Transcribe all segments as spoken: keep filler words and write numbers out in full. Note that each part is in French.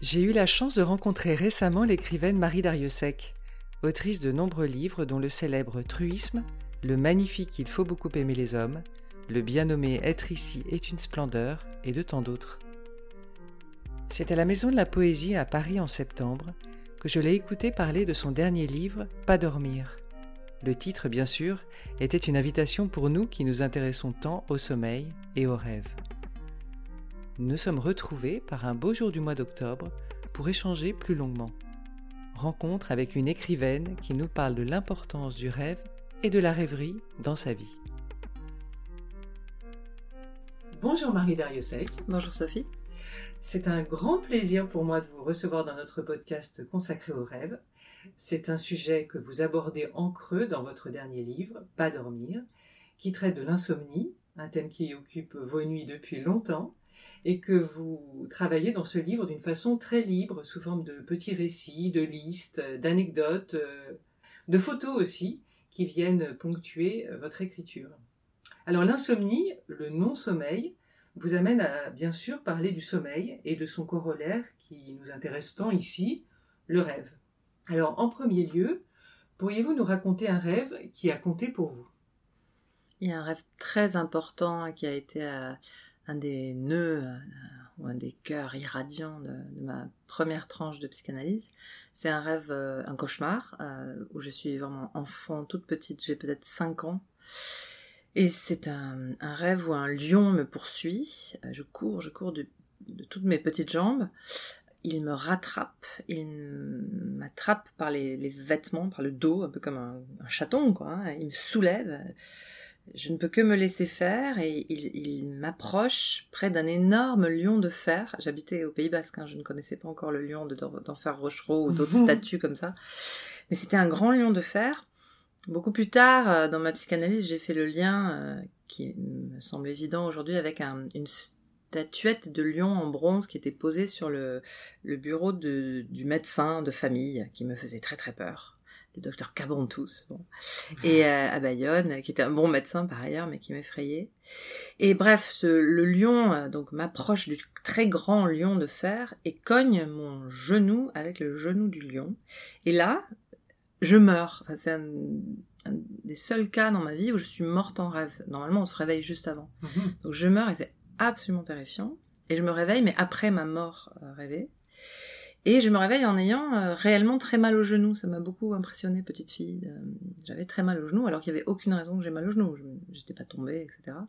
J'ai eu la chance de rencontrer récemment l'écrivaine Marie Darrieussecq, autrice de nombreux livres dont le célèbre Truisme, le magnifique Il faut beaucoup aimer les hommes, le bien nommé Être ici est une splendeur et de tant d'autres. C'est à la Maison de la Poésie à Paris en septembre que je l'ai écoutée parler de son dernier livre, Pas dormir. Le titre, bien sûr, était une invitation pour nous qui nous intéressons tant au sommeil et au rêve. Nous sommes retrouvés par un beau jour du mois d'octobre pour échanger plus longuement. Rencontre avec une écrivaine qui nous parle de l'importance du rêve et de la rêverie dans sa vie. Bonjour Marie Darrieussecq. Bonjour Sophie. C'est un grand plaisir pour moi de vous recevoir dans notre podcast consacré au rêve. C'est un sujet que vous abordez en creux dans votre dernier livre, Pas dormir, qui traite de l'insomnie, un thème qui occupe vos nuits depuis longtemps, et que vous travaillez dans ce livre d'une façon très libre, sous forme de petits récits, de listes, d'anecdotes, de photos aussi, qui viennent ponctuer votre écriture. Alors l'insomnie, le non-sommeil, vous amène à bien sûr parler du sommeil et de son corollaire qui nous intéresse tant ici, le rêve. Alors en premier lieu, pourriez-vous nous raconter un rêve qui a compté pour vous ? Il y a un rêve très important qui a été euh, un des nœuds euh, ou un des cœurs irradiants de, de ma première tranche de psychanalyse. C'est un rêve, euh, un cauchemar, euh, où je suis vraiment enfant, toute petite, j'ai peut-être cinq ans. Et c'est un, un rêve où un lion me poursuit. Je cours, je cours de, de toutes mes petites jambes. Il me rattrape, il m'attrape par les, les vêtements, par le dos, un peu comme un, un chaton, quoi. Hein. Il me soulève. Je ne peux que me laisser faire et il, il m'approche près d'un énorme lion de fer. J'habitais au Pays Basque, hein, je ne connaissais pas encore le lion de, d'Enfer Rochereau ou d'autres statues comme ça. Mais c'était un grand lion de fer. Beaucoup plus tard, dans ma psychanalyse, j'ai fait le lien, euh, qui me semble évident aujourd'hui, avec un, une statuette de lion en bronze qui était posée sur le, le bureau de, du médecin de famille, qui me faisait très très peur. Le docteur Cabantous, bon. Et euh, à Bayonne, qui était un bon médecin par ailleurs, mais qui m'effrayait. Et bref, ce, le lion euh, donc m'approche du très grand lion de fer et cogne mon genou avec le genou du lion. Et là, je meurs. Enfin, c'est un, un des seuls cas dans ma vie où je suis morte en rêve. Normalement, on se réveille juste avant. Mm-hmm. Donc je meurs et c'est absolument terrifiant. Et je me réveille, mais après ma mort euh, rêvée. Et je me réveille en ayant euh, réellement très mal au genou. Ça m'a beaucoup impressionnée, petite fille. Euh, j'avais très mal au genou, alors qu'il n'y avait aucune raison que j'ai mal au genou. Je n'étais pas tombée, et cetera.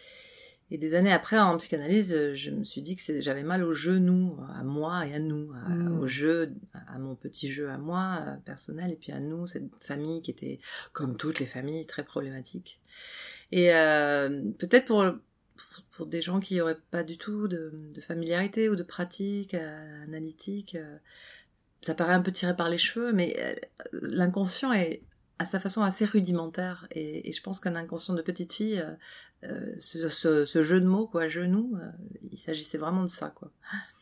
Et des années après, en psychanalyse, je me suis dit que c'est, j'avais mal au genou, à moi et à nous, à, mmh. au jeu, à mon petit jeu à moi, personnel, et puis à nous, cette famille qui était, comme toutes les familles, très problématique. Et euh, peut-être pour... pour des gens qui n'auraient pas du tout de, de familiarité ou de pratique euh, analytique, euh, ça paraît un peu tiré par les cheveux, mais euh, l'inconscient est à sa façon assez rudimentaire, et, et je pense qu'un inconscient de petite fille, euh, euh, ce, ce, ce jeu de mots, quoi, genou, euh, il s'agissait vraiment de ça, quoi.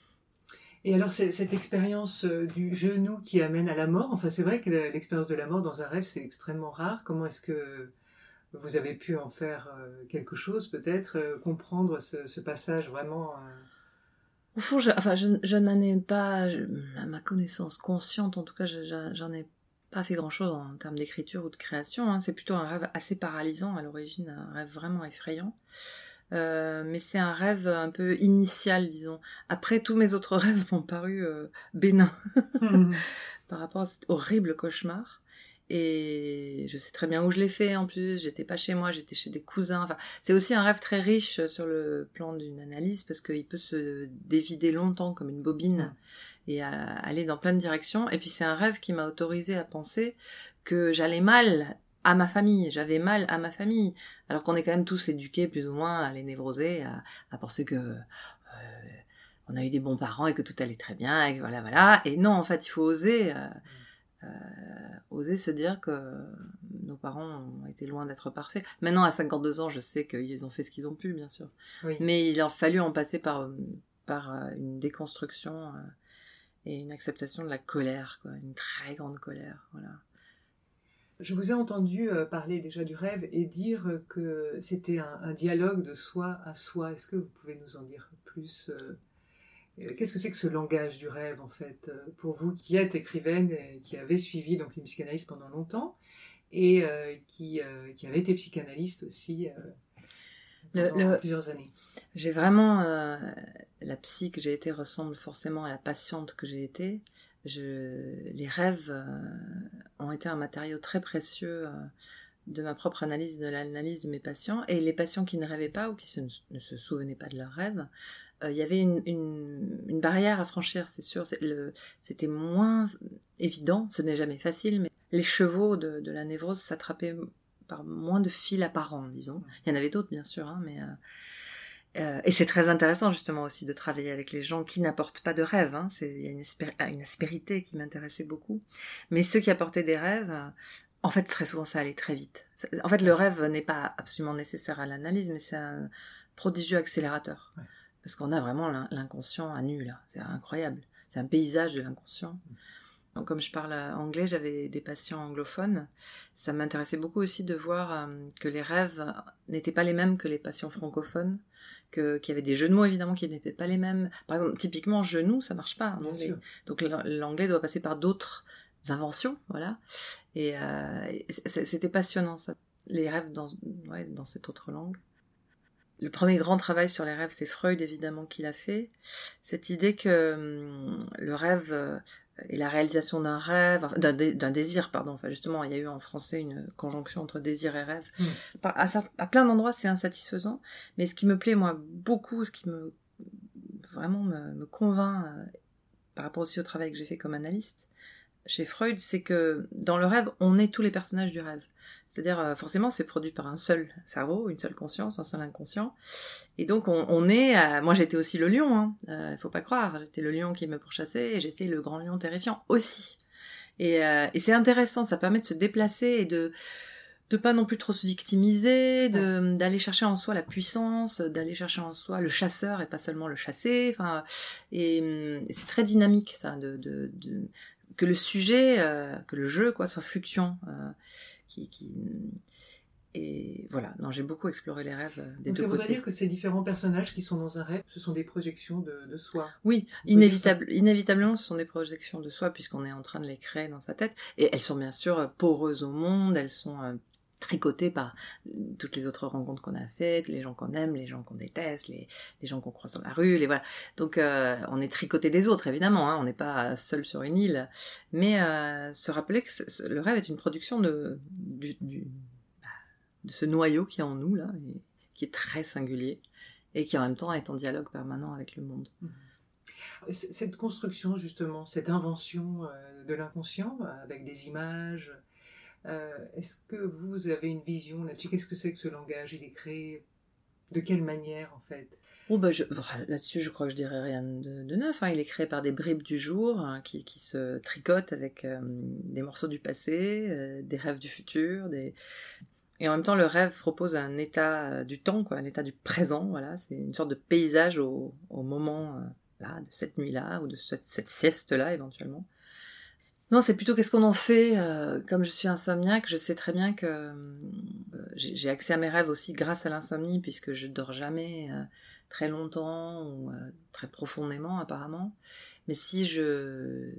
Et alors c'est, cette expérience euh, du genou qui amène à la mort, enfin c'est vrai que l'expérience de la mort dans un rêve c'est extrêmement rare. Comment est-ce que vous avez pu en faire euh, quelque chose, peut-être, euh, comprendre ce, ce passage vraiment... Euh... Au fond, je, enfin, je, je n'en ai pas, je, à ma connaissance consciente, en tout cas, je, je, j'en ai pas fait grand-chose en termes d'écriture ou de création. Hein. C'est plutôt un rêve assez paralysant à l'origine, un rêve vraiment effrayant. Euh, mais c'est un rêve un peu initial, disons. Après, tous mes autres rêves m'ont paru euh, bénins mmh. par rapport à cet horrible cauchemar. Et je sais très bien où je l'ai fait en plus, j'étais pas chez moi, j'étais chez des cousins. Enfin, c'est aussi un rêve très riche sur le plan d'une analyse parce qu'il peut se dévider longtemps comme une bobine et à aller dans plein de directions. Et puis c'est un rêve qui m'a autorisée à penser que j'allais mal à ma famille, j'avais mal à ma famille, alors qu'on est quand même tous éduqués plus ou moins à les névroser, à, à penser que euh, on a eu des bons parents et que tout allait très bien, et voilà, voilà. Et non, en fait, il faut oser... Euh, Euh, oser se dire que nos parents ont été loin d'être parfaits. Maintenant, à cinquante-deux ans, je sais qu'ils ont fait ce qu'ils ont pu, bien sûr. Oui. Mais il a fallu en passer par, par une déconstruction et une acceptation de la colère, quoi, une très grande colère. Voilà. Je vous ai entendu parler déjà du rêve et dire que c'était un, un dialogue de soi à soi. Est-ce que vous pouvez nous en dire plus ? Qu'est-ce que c'est que ce langage du rêve, en fait, pour vous qui êtes écrivaine et qui avez suivi donc une psychanalyse pendant longtemps et euh, qui, euh, qui avait été psychanalyste aussi euh, pendant le, le, plusieurs années? J'ai vraiment... Euh, la psy que j'ai été ressemble forcément à la patiente que j'ai été. Je, les rêves euh, ont été un matériau très précieux euh, de ma propre analyse, de l'analyse de mes patients. Et les patients qui ne rêvaient pas ou qui se, ne se souvenaient pas de leurs rêves, il euh, y avait une, une, une barrière à franchir, c'est sûr. C'est le, c'était moins évident, ce n'est jamais facile, mais les chevaux de, de la névrose s'attrapaient par moins de fils apparents, disons. Il y en avait d'autres, bien sûr, hein, mais... Euh, Euh, et c'est très intéressant justement aussi de travailler avec les gens qui n'apportent pas de rêves. Hein. C'est, il y a une, espér- une aspérité qui m'intéressait beaucoup. Mais ceux qui apportaient des rêves, euh, en fait très souvent ça allait très vite. En fait le rêve n'est pas absolument nécessaire à l'analyse, mais c'est un prodigieux accélérateur. Ouais. Parce qu'on a vraiment l'inconscient à nu là. C'est incroyable. C'est un paysage de l'inconscient. Mmh. Donc, comme je parle anglais, j'avais des patients anglophones. Ça m'intéressait beaucoup aussi de voir euh, que les rêves n'étaient pas les mêmes que les patients francophones, que, qu'il y avait des jeux de mots évidemment qui n'étaient pas les mêmes. Par exemple, typiquement genou, ça marche pas en anglais. Donc l'anglais doit passer par d'autres inventions, voilà. Et euh, c'était passionnant ça. Les rêves dans, ouais, dans cette autre langue. Le premier grand travail sur les rêves, c'est Freud évidemment qui l'a fait. Cette idée que hum, le rêve euh, et la réalisation d'un rêve, enfin, d'un, dé, d'un désir, pardon. Enfin, justement, il y a eu en français une conjonction entre désir et rêve. Mmh. À, à plein d'endroits, c'est insatisfaisant. Mais ce qui me plaît, moi, beaucoup, ce qui me vraiment me, me convainc euh, par rapport aussi au travail que j'ai fait comme analyste chez Freud, c'est que dans le rêve, on est tous les personnages du rêve. C'est-à-dire, euh, forcément, c'est produit par un seul cerveau, une seule conscience, un seul inconscient. Et donc, on, on est... À... Moi, j'étais aussi le lion, hein. Euh, faut pas croire. J'étais le lion qui me pourchassait et j'étais le grand lion terrifiant aussi. Et, euh, et c'est intéressant, ça permet de se déplacer et de de pas non plus trop se victimiser, de, d'aller chercher en soi la puissance, d'aller chercher en soi le chasseur et pas seulement le chassé. Enfin, et, et c'est très dynamique, ça, de... de, de... que le sujet, euh, que le jeu, quoi, soit fluctuant. Euh, qui, qui... Et voilà, non, j'ai beaucoup exploré les rêves des Donc deux côtés. Ça voudrait dire que ces différents personnages qui sont dans un rêve, ce sont des projections de, de soi. Oui, inévitable, inévitablement, ce sont des projections de soi puisqu'on est en train de les créer dans sa tête. Et elles sont bien sûr poreuses au monde, elles sont euh, tricotées par toutes les autres rencontres qu'on a faites, les gens qu'on aime, les gens qu'on déteste, les, les gens qu'on croise dans la rue, les voilà. Donc euh, on est tricoté des autres, évidemment, hein, on n'est pas seul sur une île. Mais euh, se rappeler que le rêve est une production de... du, du de ce noyau qui est en nous, là, et qui est très singulier, et qui en même temps est en dialogue permanent avec le monde. Cette construction, justement, cette invention euh, de l'inconscient, avec des images, euh, est-ce que vous avez une vision là-dessus? Qu'est-ce que c'est que ce langage? Il est créé de quelle manière, en fait? Oh bah je, là-dessus, je crois que je dirais rien de, de neuf. Hein. Il est créé par des bribes du jour hein, qui, qui se tricotent avec euh, des morceaux du passé, euh, des rêves du futur, des... Et en même temps, le rêve propose un état du temps, quoi, un état du présent, voilà. C'est une sorte de paysage au, au moment euh, là, de cette nuit-là, ou de cette, cette sieste-là, éventuellement. Non, c'est plutôt qu'est-ce qu'on en fait. Euh, comme je suis insomniaque, je sais très bien que euh, j'ai, j'ai accès à mes rêves aussi grâce à l'insomnie, puisque je dors jamais euh, très longtemps, ou euh, très profondément, apparemment. Mais si je,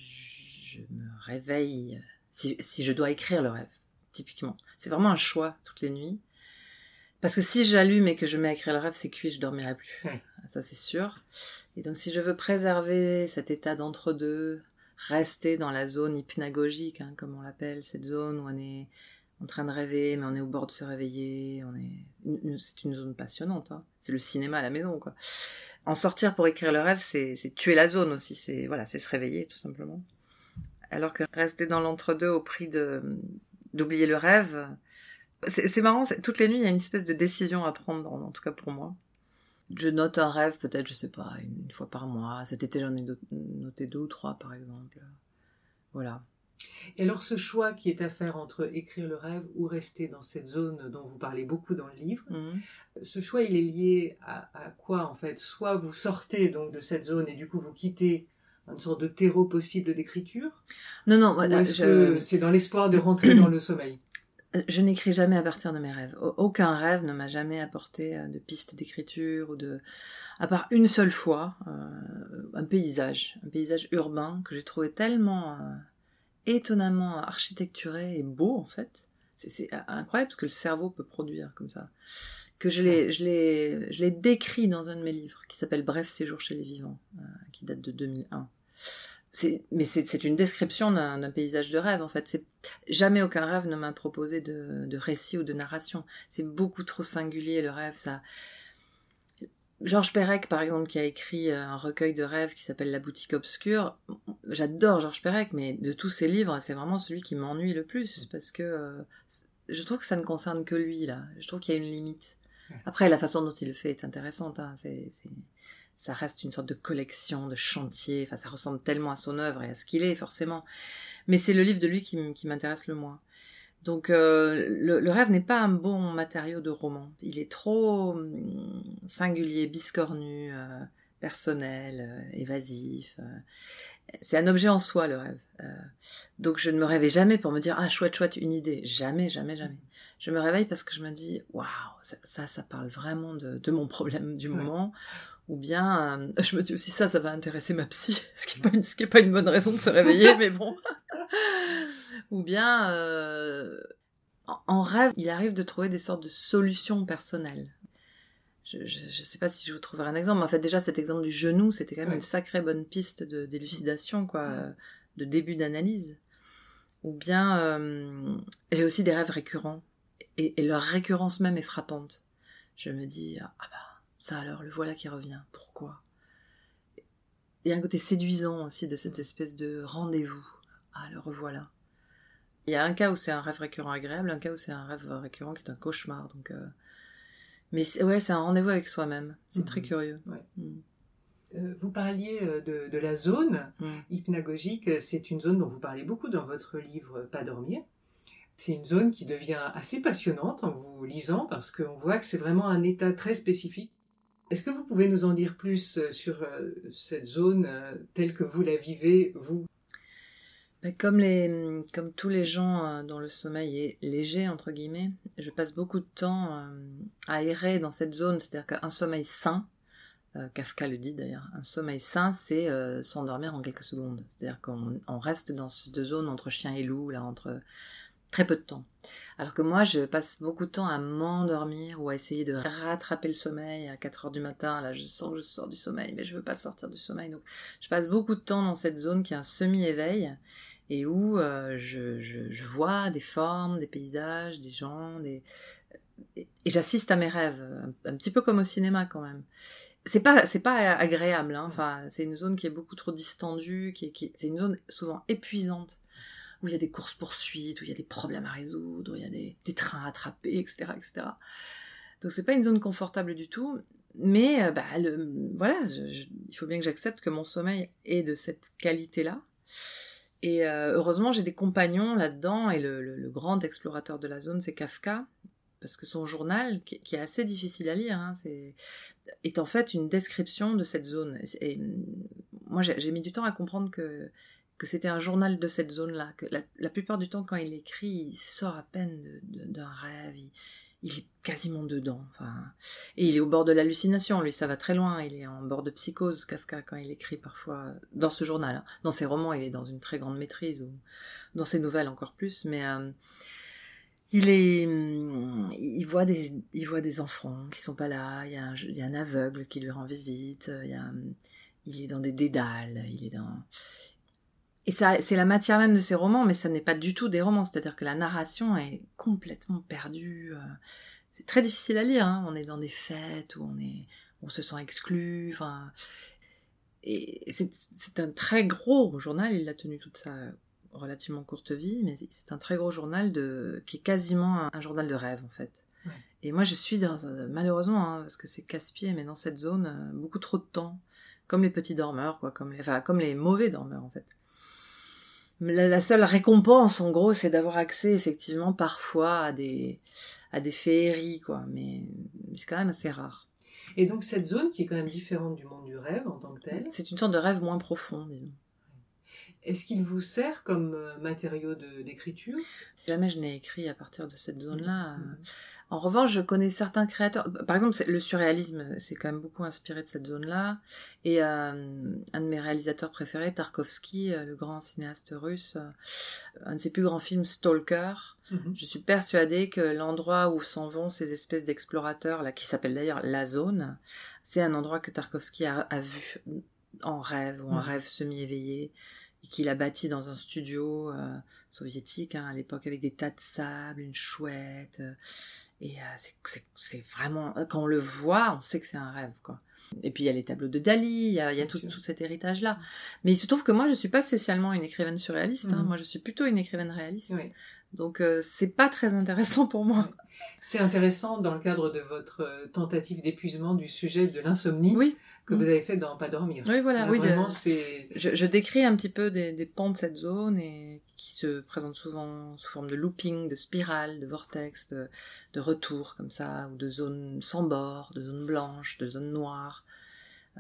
je me réveille, si, si je dois écrire le rêve, typiquement. C'est vraiment un choix toutes les nuits. Parce que si j'allume et que je mets à écrire le rêve, c'est cuit, je dormirai plus. Mmh. Ça, c'est sûr. Et donc, si je veux préserver cet état d'entre-deux, rester dans la zone hypnagogique, hein, comme on l'appelle, cette zone où on est en train de rêver, mais on est au bord de se réveiller, on est... c'est une zone passionnante. Hein. C'est le cinéma à la maison, quoi. En sortir pour écrire le rêve, c'est, c'est tuer la zone aussi. C'est, voilà, c'est se réveiller, tout simplement. Alors que rester dans l'entre-deux au prix de... d'oublier le rêve, c'est, c'est marrant, c'est, toutes les nuits il y a une espèce de décision à prendre, en, en tout cas pour moi. Je note un rêve peut-être, je sais pas, une, une fois par mois. Cet été j'en ai do- noté deux ou trois par exemple. Voilà. Et alors ce choix qui est à faire entre écrire le rêve ou rester dans cette zone dont vous parlez beaucoup dans le livre, mmh. ce choix il est lié à, à quoi en fait? Soit vous sortez donc de cette zone et du coup vous quittez une sorte de terreau possible d'écriture? Non, non, voilà. Ou est-ce je... que c'est dans l'espoir de rentrer dans le sommeil? Je n'écris jamais à partir de mes rêves. Aucun rêve ne m'a jamais apporté de pistes d'écriture, ou de... à part une seule fois, euh, un paysage, un paysage urbain que j'ai trouvé tellement euh, étonnamment architecturé et beau en fait. C'est, c'est incroyable ce que le cerveau peut produire comme ça. Que je l'ai, je l'ai, je l'ai décrit dans un de mes livres qui s'appelle Bref séjour chez les vivants, euh, qui date de deux mille un. C'est, mais c'est, c'est une description d'un, d'un paysage de rêve en fait. C'est, jamais aucun rêve ne m'a proposé de, de récit ou de narration. C'est beaucoup trop singulier le rêve. Ça. Georges Perec par exemple qui a écrit un recueil de rêves qui s'appelle La boutique obscure. J'adore Georges Perec, mais de tous ses livres, c'est vraiment celui qui m'ennuie le plus parce que euh, je trouve que ça ne concerne que lui là. Je trouve qu'il y a une limite. Après la façon dont il le fait est intéressante. Hein. C'est, c'est... ça reste une sorte de collection, de chantier, enfin ça ressemble tellement à son œuvre et à ce qu'il est forcément, mais c'est le livre de lui qui, m- qui m'intéresse le moins. Donc euh, le, le rêve n'est pas un bon matériau de roman, il est trop hum, singulier, biscornu, euh, personnel, euh, évasif, euh, c'est un objet en soi le rêve, euh, donc je ne me réveille jamais pour me dire ah chouette chouette une idée, jamais jamais jamais. Je me réveille parce que je me dis waouh ça, ça ça parle vraiment de, de mon problème du moment. Ouais. Ou bien, euh, je me dis aussi ça, ça va intéresser ma psy, ce qui n'est pas, une, ce qui est pas une bonne raison de se réveiller, mais bon. Ou bien, euh, en, en rêve, il arrive de trouver des sortes de solutions personnelles. Je ne sais pas si je vous trouverai un exemple, mais en fait déjà cet exemple du genou, c'était quand même ouais. une sacrée bonne piste de, d'élucidation, quoi, ouais. de début d'analyse. Ou bien, euh, j'ai aussi des rêves récurrents, et, et leur récurrence même est frappante. Je me dis, ah bah, ça alors, le voilà qui revient. Pourquoi ? Il y a un côté séduisant aussi de cette espèce de rendez-vous. Ah, le revoilà. Il y a un cas où c'est un rêve récurrent agréable, un cas où c'est un rêve récurrent qui est un cauchemar. Donc, euh... mais c'est, ouais, c'est un rendez-vous avec soi-même. C'est mmh. très curieux. Ouais. Mmh. Euh, vous parliez de, de la zone mmh. hypnagogique. C'est une zone dont vous parlez beaucoup dans votre livre « Pas dormir ». C'est une zone qui devient assez passionnante en vous lisant parce qu'on voit que c'est vraiment un état très spécifique. Est-ce que vous pouvez nous en dire plus sur euh, cette zone euh, telle que vous la vivez, vous ? Ben, comme, les, comme tous les gens euh, dont le sommeil est léger, entre guillemets, je passe beaucoup de temps euh, à errer dans cette zone. C'est-à-dire qu'un sommeil sain, euh, Kafka le dit d'ailleurs, un sommeil sain, c'est euh, s'endormir en quelques secondes. C'est-à-dire qu'on on reste dans cette zone entre chien et loup, là, entre... très peu de temps. Alors que moi, je passe beaucoup de temps à m'endormir ou à essayer de rattraper le sommeil à quatre heures du matin. Là, je sens que je sors du sommeil, mais je veux pas sortir du sommeil. Donc, je passe beaucoup de temps dans cette zone qui est un semi-éveil et où euh, je, je, je vois des formes, des paysages, des gens, des... et, et j'assiste à mes rêves, un, un petit peu comme au cinéma quand même. C'est pas, c'est pas agréable, hein. Enfin, c'est une zone qui est beaucoup trop distendue, qui est, qui... c'est une zone souvent épuisante, où il y a des courses-poursuites, où il y a des problèmes à résoudre, où il y a des, des trains à attraper, et cetera, et cetera. Donc c'est pas une zone confortable du tout, mais bah, le, voilà, je, je, il faut bien que j'accepte que mon sommeil est de cette qualité-là. Et euh, heureusement, j'ai des compagnons là-dedans, et le, le, le grand explorateur de la zone, c'est Kafka, parce que son journal, qui, qui est assez difficile à lire, hein, c'est, est en fait une description de cette zone. Et, et moi, j'ai, j'ai mis du temps à comprendre que que c'était un journal de cette zone-là, que la, la plupart du temps, quand il écrit, il sort à peine de, de, d'un rêve, il, il est quasiment dedans, enfin, et il est au bord de l'hallucination, lui, ça va très loin, il est en bord de psychose, Kafka, quand il écrit parfois, dans ce journal, hein. Dans ses romans, il est dans une très grande maîtrise, ou dans ses nouvelles encore plus, mais euh, il est, il voit des, il voit des enfants qui sont pas là, il y a un, il y a un aveugle qui lui rend visite, il y a, il est dans des dédales, il est dans... Et ça, c'est la matière même de ces romans, mais ça n'est pas du tout des romans. C'est-à-dire que la narration est complètement perdue. C'est très difficile à lire, hein. On est dans des fêtes où on, est, on se sent exclu. Enfin, et c'est, c'est un très gros journal. Il a tenu toute sa relativement courte vie, mais c'est un très gros journal de, qui est quasiment un, un journal de rêve, en fait. Ouais. Et moi, je suis dans, malheureusement, hein, parce que c'est casse-pied, mais dans cette zone, beaucoup trop de temps. Comme les petits dormeurs, quoi. Comme les, enfin, comme les mauvais dormeurs, en fait. La, la seule récompense, en gros, c'est d'avoir accès, effectivement, parfois à des, à des féeries, quoi. Mais, mais c'est quand même assez rare. Et donc, cette zone qui est quand même différente du monde du rêve en tant que tel. C'est une sorte de rêve moins profond, disons. Est-ce qu'il vous sert comme matériau de, d'écriture ? Jamais je n'ai écrit à partir de cette zone-là. Mmh. En revanche, je connais certains créateurs. Par exemple, le surréalisme, c'est quand même beaucoup inspiré de cette zone-là. Et euh, un de mes réalisateurs préférés, Tarkovsky, le grand cinéaste russe, un de ses plus grands films, Stalker. Mmh. Je suis persuadée que l'endroit où s'en vont ces espèces d'explorateurs, là, qui s'appelle d'ailleurs La Zone, c'est un endroit que Tarkovsky a, a vu en rêve, ou en mmh. rêve semi-éveillé, et qu'il a bâti dans un studio euh, soviétique, hein, à l'époque, avec des tas de sable, une chouette... Euh, Et euh, c'est, c'est, c'est vraiment... Quand on le voit, on sait que c'est un rêve, quoi. Et puis il y a les tableaux de Dali, il y a, il y a tout, tout cet héritage-là. Mais il se trouve que moi, je ne suis pas spécialement une écrivaine surréaliste. Hein. Mmh. Moi, je suis plutôt une écrivaine réaliste. Oui. Donc, euh, c'est pas très intéressant pour moi. Oui. C'est intéressant dans le cadre de votre tentative d'épuisement du sujet de l'insomnie. Oui. Que vous avez fait dans Pas dormir. Oui, voilà. Là, oui, vraiment, je, c'est... Je, je décris un petit peu des, des pans de cette zone et qui se présentent souvent sous forme de looping, de spirale, de vortex, de, de retour comme ça, ou de zones sans bord, de zones blanches, de zones noires. Euh,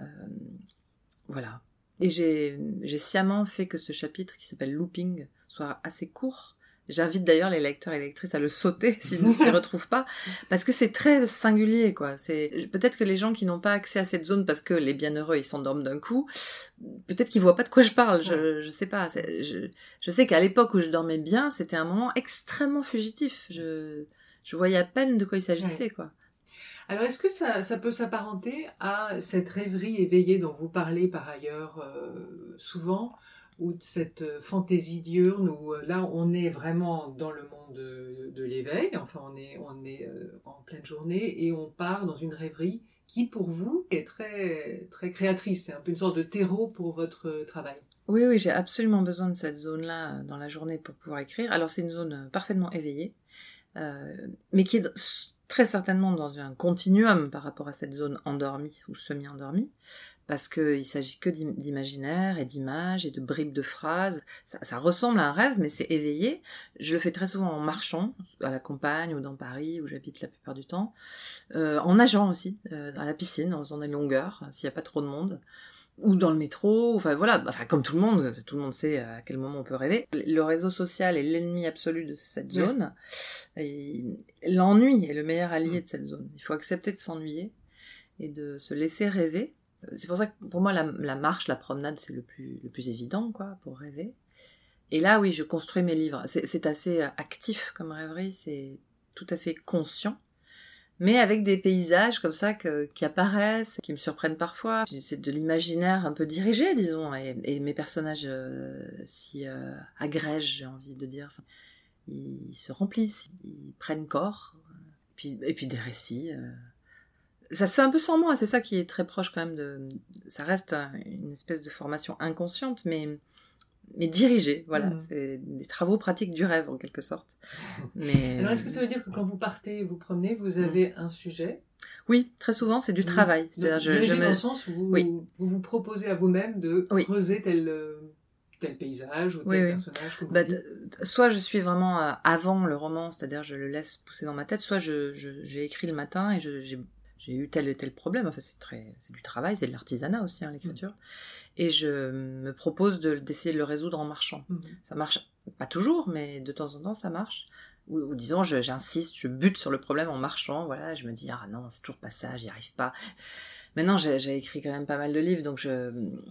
voilà. Et j'ai, j'ai sciemment fait que ce chapitre qui s'appelle Looping soit assez court. J'invite d'ailleurs les lecteurs et les lectrices à le sauter s'ils ne s'y retrouvent pas, parce que c'est très singulier, quoi. C'est peut-être que les gens qui n'ont pas accès à cette zone parce que les bienheureux ils s'endorment d'un coup, peut-être qu'ils voient pas de quoi je parle. Je, je sais pas. C'est, je, je sais qu'à l'époque où je dormais bien, c'était un moment extrêmement fugitif. Je, je voyais à peine de quoi il s'agissait, quoi. Alors, est-ce que ça, ça peut s'apparenter à cette rêverie éveillée dont vous parlez par ailleurs euh, souvent, ou de cette fantaisie diurne où là on est vraiment dans le monde de, de l'éveil, enfin on est, on est euh, en pleine journée et on part dans une rêverie qui pour vous est très, très créatrice, c'est un peu une sorte de terreau pour votre travail. Oui, oui, j'ai absolument besoin de cette zone-là dans la journée pour pouvoir écrire. Alors c'est une zone parfaitement éveillée, euh, mais qui est très certainement dans un continuum par rapport à cette zone endormie ou semi-endormie, parce qu'il ne s'agit que d'imaginaire et d'images et de bribes de phrases. Ça, ça ressemble à un rêve, mais c'est éveillé. Je le fais très souvent en marchant, à la campagne ou dans Paris, où j'habite la plupart du temps. Euh, en nageant aussi, euh, à la piscine, en faisant des longueurs, s'il n'y a pas trop de monde. Ou dans le métro, enfin voilà, enfin, comme tout le monde, tout le monde sait à quel moment on peut rêver. Le réseau social est l'ennemi absolu de cette zone. Et l'ennui est le meilleur allié de cette zone. Il faut accepter de s'ennuyer et de se laisser rêver. C'est pour ça que pour moi la, la marche, la promenade, c'est le plus, le plus évident, quoi, pour rêver. Et là, oui, je construis mes livres. C'est, c'est assez actif comme rêverie, c'est tout à fait conscient, mais avec des paysages comme ça que, qui apparaissent, qui me surprennent parfois. C'est de l'imaginaire un peu dirigé, disons, et, et mes personnages euh, s'y euh, agrègent, j'ai envie de dire. Enfin, ils, ils se remplissent, ils prennent corps, puis, et puis des récits... Euh, Ça se fait un peu sans moi, c'est ça qui est très proche quand même de... Ça reste une espèce de formation inconsciente, mais, mais dirigée, voilà. Mmh. C'est des travaux pratiques du rêve, en quelque sorte. Mais... Alors, est-ce que ça veut dire que quand vous partez, vous promenez, vous avez mmh. un sujet ? Oui, très souvent, c'est du mmh. travail. C'est-à-dire, je, je me... dans le sens où vous, oui. vous vous proposez à vous-même de oui. creuser tel... tel paysage ou tel oui, personnage oui. Bah, soit je suis vraiment euh, avant le roman, c'est-à-dire je le laisse pousser dans ma tête, soit je, je, j'ai écrit le matin et je, j'ai... j'ai eu tel et tel problème, enfin c'est très, c'est du travail, c'est de l'artisanat aussi, hein, l'écriture, mmh. et je me propose de, d'essayer de le résoudre en marchant. Mmh. Ça marche pas toujours, mais de temps en temps ça marche. Ou, ou disons, je, j'insiste, je bute sur le problème en marchant, voilà, je me dis, ah non, c'est toujours pas ça, j'y arrive pas. Maintenant, j'ai, j'ai écrit quand même pas mal de livres, donc je,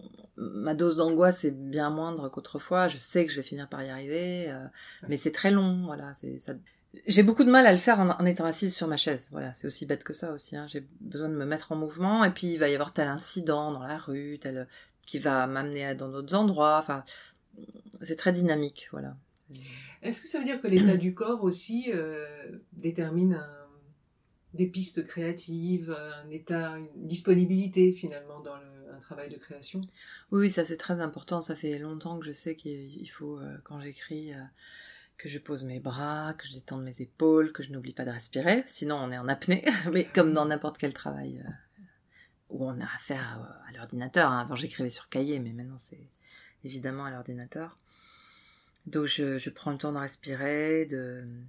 ma dose d'angoisse est bien moindre qu'autrefois, je sais que je vais finir par y arriver, euh, mais c'est très long, voilà, c'est ça... J'ai beaucoup de mal à le faire en, en étant assise sur ma chaise. Voilà, c'est aussi bête que ça aussi. Hein. J'ai besoin de me mettre en mouvement et puis il va y avoir tel incident dans la rue, tel qui va m'amener à, dans d'autres endroits. Enfin, c'est très dynamique, voilà. Est-ce que ça veut dire que l'état du corps aussi euh, détermine un, des pistes créatives, un état, une disponibilité finalement dans le, un travail de création ? Oui, ça c'est très important. Ça fait longtemps que je sais qu'il faut, euh, quand j'écris... Euh, que je pose mes bras, que je détende mes épaules, que je n'oublie pas de respirer, sinon on est en apnée, mais comme dans n'importe quel travail euh, où on a affaire à, à l'ordinateur. Hein. Avant j'écrivais sur cahier, mais maintenant c'est évidemment à l'ordinateur. Donc je, je prends le temps de respirer, de,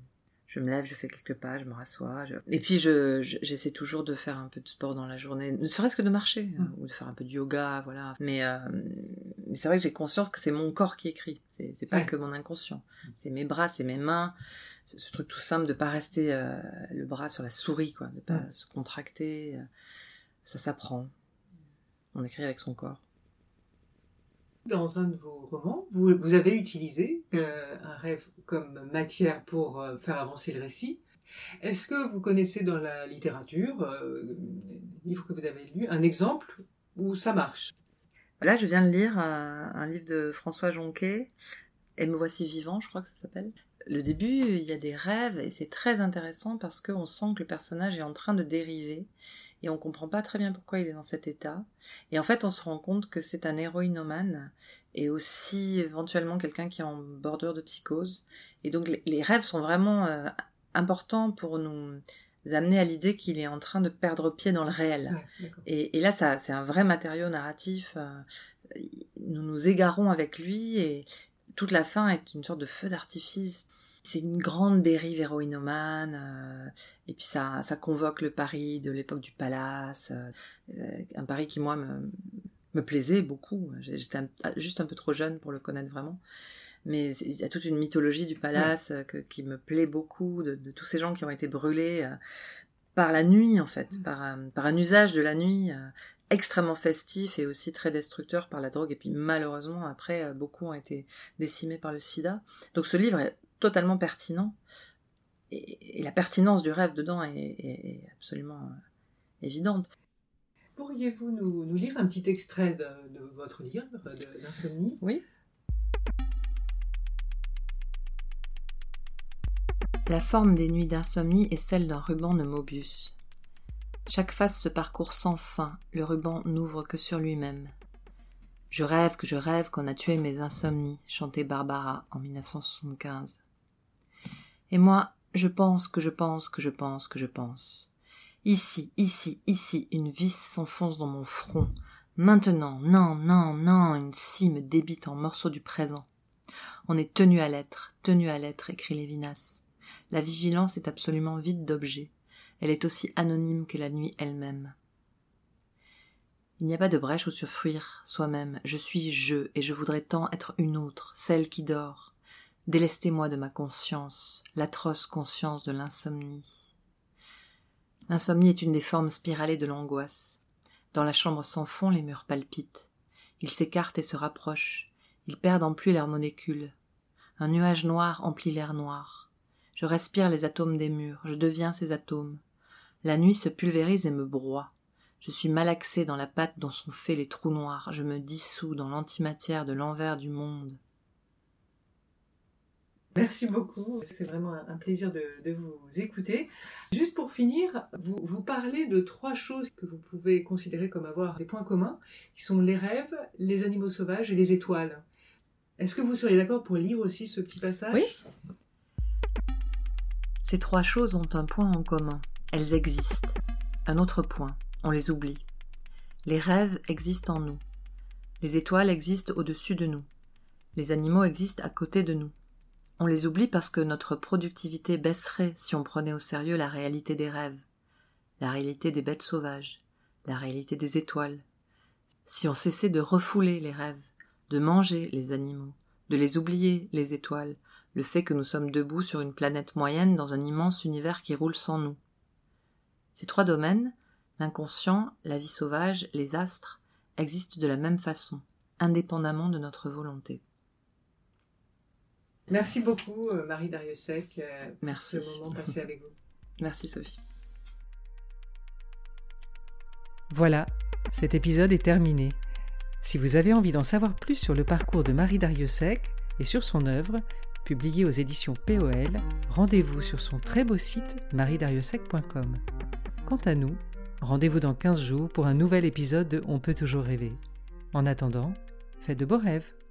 Je me lève, je fais quelques pas, je me rassois. Je... Et puis, je, je, j'essaie toujours de faire un peu de sport dans la journée, ne serait-ce que de marcher, mmh. hein, ou de faire un peu de yoga, voilà. Mais, euh, mais c'est vrai que j'ai conscience que c'est mon corps qui écrit. C'est, c'est pas ouais. que mon inconscient. C'est mes bras, c'est mes mains. Ce, ce truc tout simple de pas rester euh, le bras sur la souris, quoi, de pas mmh. se contracter. Ça s'apprend. On écrit avec son corps. Dans un de vos romans, vous, vous avez utilisé euh, un rêve comme matière pour euh, faire avancer le récit. Est-ce que vous connaissez dans la littérature, euh, livre que vous avez lu, un exemple où ça marche ? Là, je viens de lire un, un livre de François Jonquet, « Et me voici vivant », je crois que ça s'appelle. Le début, il y a des rêves et c'est très intéressant parce qu'on sent que le personnage est en train de dériver et on comprend pas très bien pourquoi il est dans cet état. Et en fait, on se rend compte que c'est un héroïnomane et aussi éventuellement quelqu'un qui est en bordure de psychose. Et donc, les, les rêves sont vraiment euh, importants pour nous amener à l'idée qu'il est en train de perdre pied dans le réel. Ouais, et, et là, ça, c'est un vrai matériau narratif. Euh, nous nous égarons avec lui et toute la fin est une sorte de feu d'artifice. C'est une grande dérive héroïnomane, euh, et puis ça, ça convoque le Paris de l'époque du Palace, euh, un Paris qui, moi, me, me plaisait beaucoup. J'étais un, juste un peu trop jeune pour le connaître vraiment. Mais il y a toute une mythologie du Palace ouais. que, qui me plaît beaucoup, de, de tous ces gens qui ont été brûlés euh, par la nuit, en fait, mmh. par, euh, par un usage de la nuit euh, extrêmement festif et aussi très destructeur par la drogue. Et puis malheureusement, après, euh, beaucoup ont été décimés par le sida. Donc ce livre est totalement pertinent et, et la pertinence du rêve dedans est, est, est absolument euh, évidente. Pourriez-vous nous, nous lire un petit extrait de, de votre livre de, d'Insomnie ? Oui. La forme des nuits d'insomnie est celle d'un ruban de Mobius. Chaque face se parcourt sans fin, le ruban n'ouvre que sur lui-même. Je rêve que je rêve qu'on a tué mes insomnies, chantait Barbara en dix-neuf cent soixante-quinze. Et moi, je pense que je pense que je pense que je pense. Ici, ici, ici, une vis s'enfonce dans mon front. Maintenant, non, non, non, une scie me débite en morceaux du présent. On est tenu à l'être, tenu à l'être, écrit Lévinas. La vigilance est absolument vide d'objets. Elle est aussi anonyme que la nuit elle-même. Il n'y a pas de brèche où se fuir soi-même. Je suis je, et je voudrais tant être une autre, celle qui dort. Délestez-moi de ma conscience, l'atroce conscience de l'insomnie. L'insomnie est une des formes spiralées de l'angoisse. Dans la chambre sans fond, les murs palpitent. Ils s'écartent et se rapprochent. Ils perdent en pluie leurs molécules. Un nuage noir emplit l'air noir. Je respire les atomes des murs, je deviens ces atomes. La nuit se pulvérise et me broie. Je suis malaxée dans la pâte dont sont faits les trous noirs. Je me dissous dans l'antimatière de l'envers du monde. Merci beaucoup. C'est vraiment un plaisir de, de vous écouter. Juste pour finir, vous, vous parlez de trois choses que vous pouvez considérer comme avoir des points communs, qui sont les rêves, les animaux sauvages et les étoiles. Est-ce que vous seriez d'accord pour lire aussi ce petit passage ? Oui. Ces trois choses ont un point en commun. Elles existent. Un autre point, on les oublie. Les rêves existent en nous. Les étoiles existent au-dessus de nous. Les animaux existent à côté de nous. On les oublie parce que notre productivité baisserait si on prenait au sérieux la réalité des rêves, la réalité des bêtes sauvages, la réalité des étoiles. Si on cessait de refouler les rêves, de manger les animaux, de les oublier, les étoiles, le fait que nous sommes debout sur une planète moyenne dans un immense univers qui roule sans nous. Ces trois domaines, l'inconscient, la vie sauvage, les astres, existent de la même façon, indépendamment de notre volonté. Merci beaucoup, Marie Darrieussecq, euh, pour Merci. ce moment passé avec vous. Merci, Sophie. Voilà, cet épisode est terminé. Si vous avez envie d'en savoir plus sur le parcours de Marie Darrieussecq et sur son œuvre, publiée aux éditions P O L, rendez-vous sur son très beau site marie darrieussecq point com. Quant à nous, rendez-vous dans quinze jours pour un nouvel épisode de On peut toujours rêver. En attendant, faites de beaux rêves.